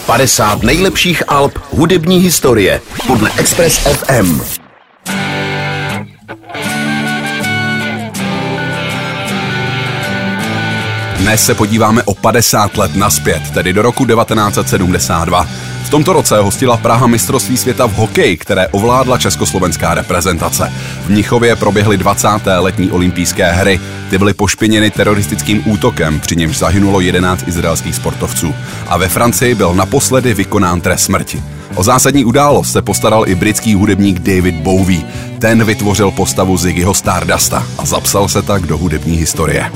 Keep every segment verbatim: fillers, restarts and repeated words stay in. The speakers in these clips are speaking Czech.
padesát nejlepších alb hudební historie podle Express F M. Dnes se podíváme o padesát let nazpět, tedy do roku devatenáct set sedmdesát dva. V tomto roce hostila Praha mistrovství světa v hokeji, které ovládla československá reprezentace. V Mnichově proběhly dvacáté letní olympijské hry. Ty byly pošpiněny teroristickým útokem, při němž zahynulo jedenáct izraelských sportovců. A ve Francii byl naposledy vykonán trest smrti. O zásadní událost se postaral i britský hudebník David Bowie. Ten vytvořil postavu Ziggyho Stardusta a zapsal se tak do hudební historie.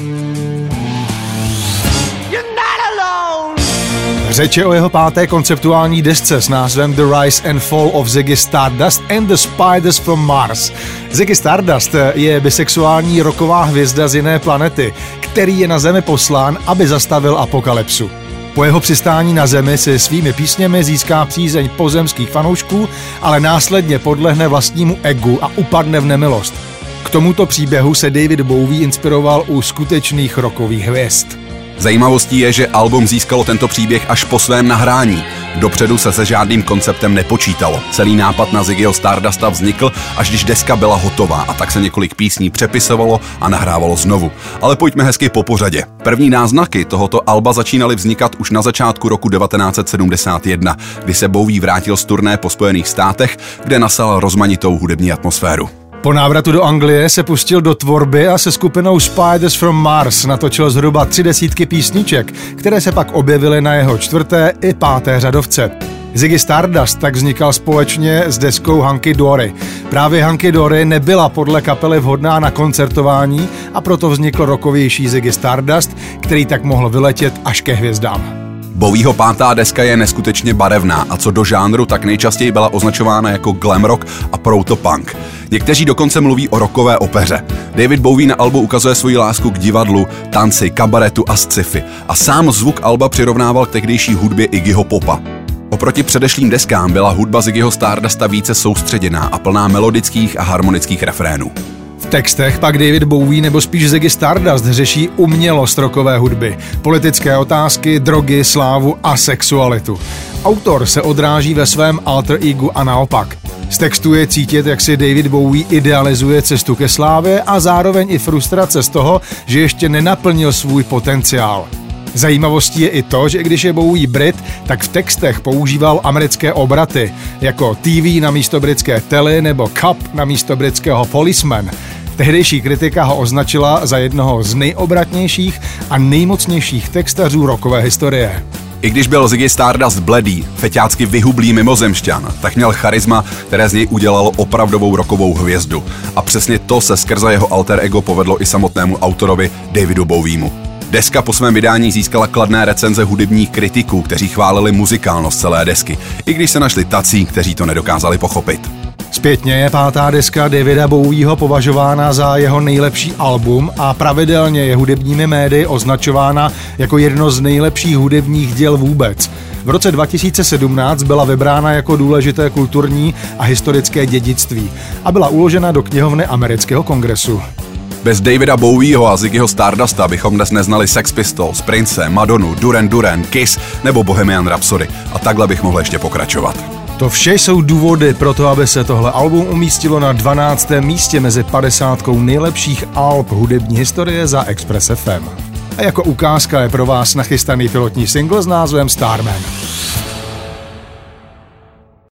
Řeč je o jeho páté konceptuální desce s názvem The Rise and Fall of Ziggy Stardust and the Spiders from Mars. Ziggy Stardust je bisexuální rocková hvězda z jiné planety, který je na Zemi poslán, aby zastavil apokalypsu. Po jeho přistání na Zemi si svými písněmi získá přízeň pozemských fanoušků, ale následně podlehne vlastnímu egu a upadne v nemilost. K tomuto příběhu se David Bowie inspiroval u skutečných rockových hvězd. Zajímavostí je, že album získalo tento příběh až po svém nahrání. Dopředu se se žádným konceptem nepočítalo. Celý nápad na Ziggyho Stardusta vznikl, až když deska byla hotová, a tak se několik písní přepisovalo a nahrávalo znovu. Ale pojďme hezky po pořadě. První náznaky tohoto alba začínaly vznikat už na začátku roku devatenáct set sedmdesát jedna, kdy se Bowie vrátil z turné po Spojených státech, kde nasal rozmanitou hudební atmosféru. Po návratu do Anglie se pustil do tvorby a se skupinou Spiders from Mars natočil zhruba tři desítky písniček, které se pak objevily na jeho čtvrté i páté řadovce. Ziggy Stardust tak vznikal společně s deskou Hunky Dory. Právě Hunky Dory nebyla podle kapely vhodná na koncertování a proto vznikl rockovější Ziggy Stardust, který tak mohl vyletět až ke hvězdám. Bowieho pátá deska je neskutečně barevná a co do žánru, tak nejčastěji byla označována jako glam rock a protopunk. Někteří dokonce mluví o rockové opeře. David Bowie na albu ukazuje svoji lásku k divadlu, tanci, kabaretu a sci-fi a sám zvuk alba přirovnával k tehdejší hudbě Iggyho Popa. Oproti předešlým deskám byla hudba Ziggyho Stardusta více soustředěná a plná melodických a harmonických refrénů. V textech pak David Bowie nebo spíš Ziggy Stardust řeší umělost rockové hudby, politické otázky, drogy, slávu a sexualitu. Autor se odráží ve svém alter egu a naopak. Z textu je cítit, jak si David Bowie idealizuje cestu ke slávě a zároveň i frustrace z toho, že ještě nenaplnil svůj potenciál. Zajímavostí je i to, že když je Bowie Brit, tak v textech používal americké obraty, jako T V na místo britské tele nebo Cup na místo britského policeman. Tehdejší kritika ho označila za jednoho z nejobratnějších a nejmocnějších textařů rockové historie. I když byl Ziggy Stardust bledý, feťácky vyhublý mimozemšťan, tak měl charisma, které z něj udělalo opravdovou rockovou hvězdu. A přesně to se skrze jeho alter ego povedlo i samotnému autorovi Davidu Bowiemu. Deska po svém vydání získala kladné recenze hudebních kritiků, kteří chválili muzikálnost celé desky, i když se našli tací, kteří to nedokázali pochopit. Zpětně je pátá deska Davida Bowieho považována za jeho nejlepší album a pravidelně je hudebními médii označována jako jedno z nejlepších hudebních děl vůbec. V roce dva tisíce sedmnáct byla vybrána jako důležité kulturní a historické dědictví a byla uložena do knihovny amerického kongresu. Bez Davida Bowieho a Ziggyho Stardusta bychom dnes neznali Sex Pistols, Prince, Madonu, Duran Duran, Kiss nebo Bohemian Rhapsody. A takhle bych mohl ještě pokračovat. To vše jsou důvody pro to, aby se tohle album umístilo na dvanáctém místě mezi padesátkou nejlepších alb hudební historie za Express F M. A jako ukázka je pro vás nachystaný pilotní single s názvem Starman.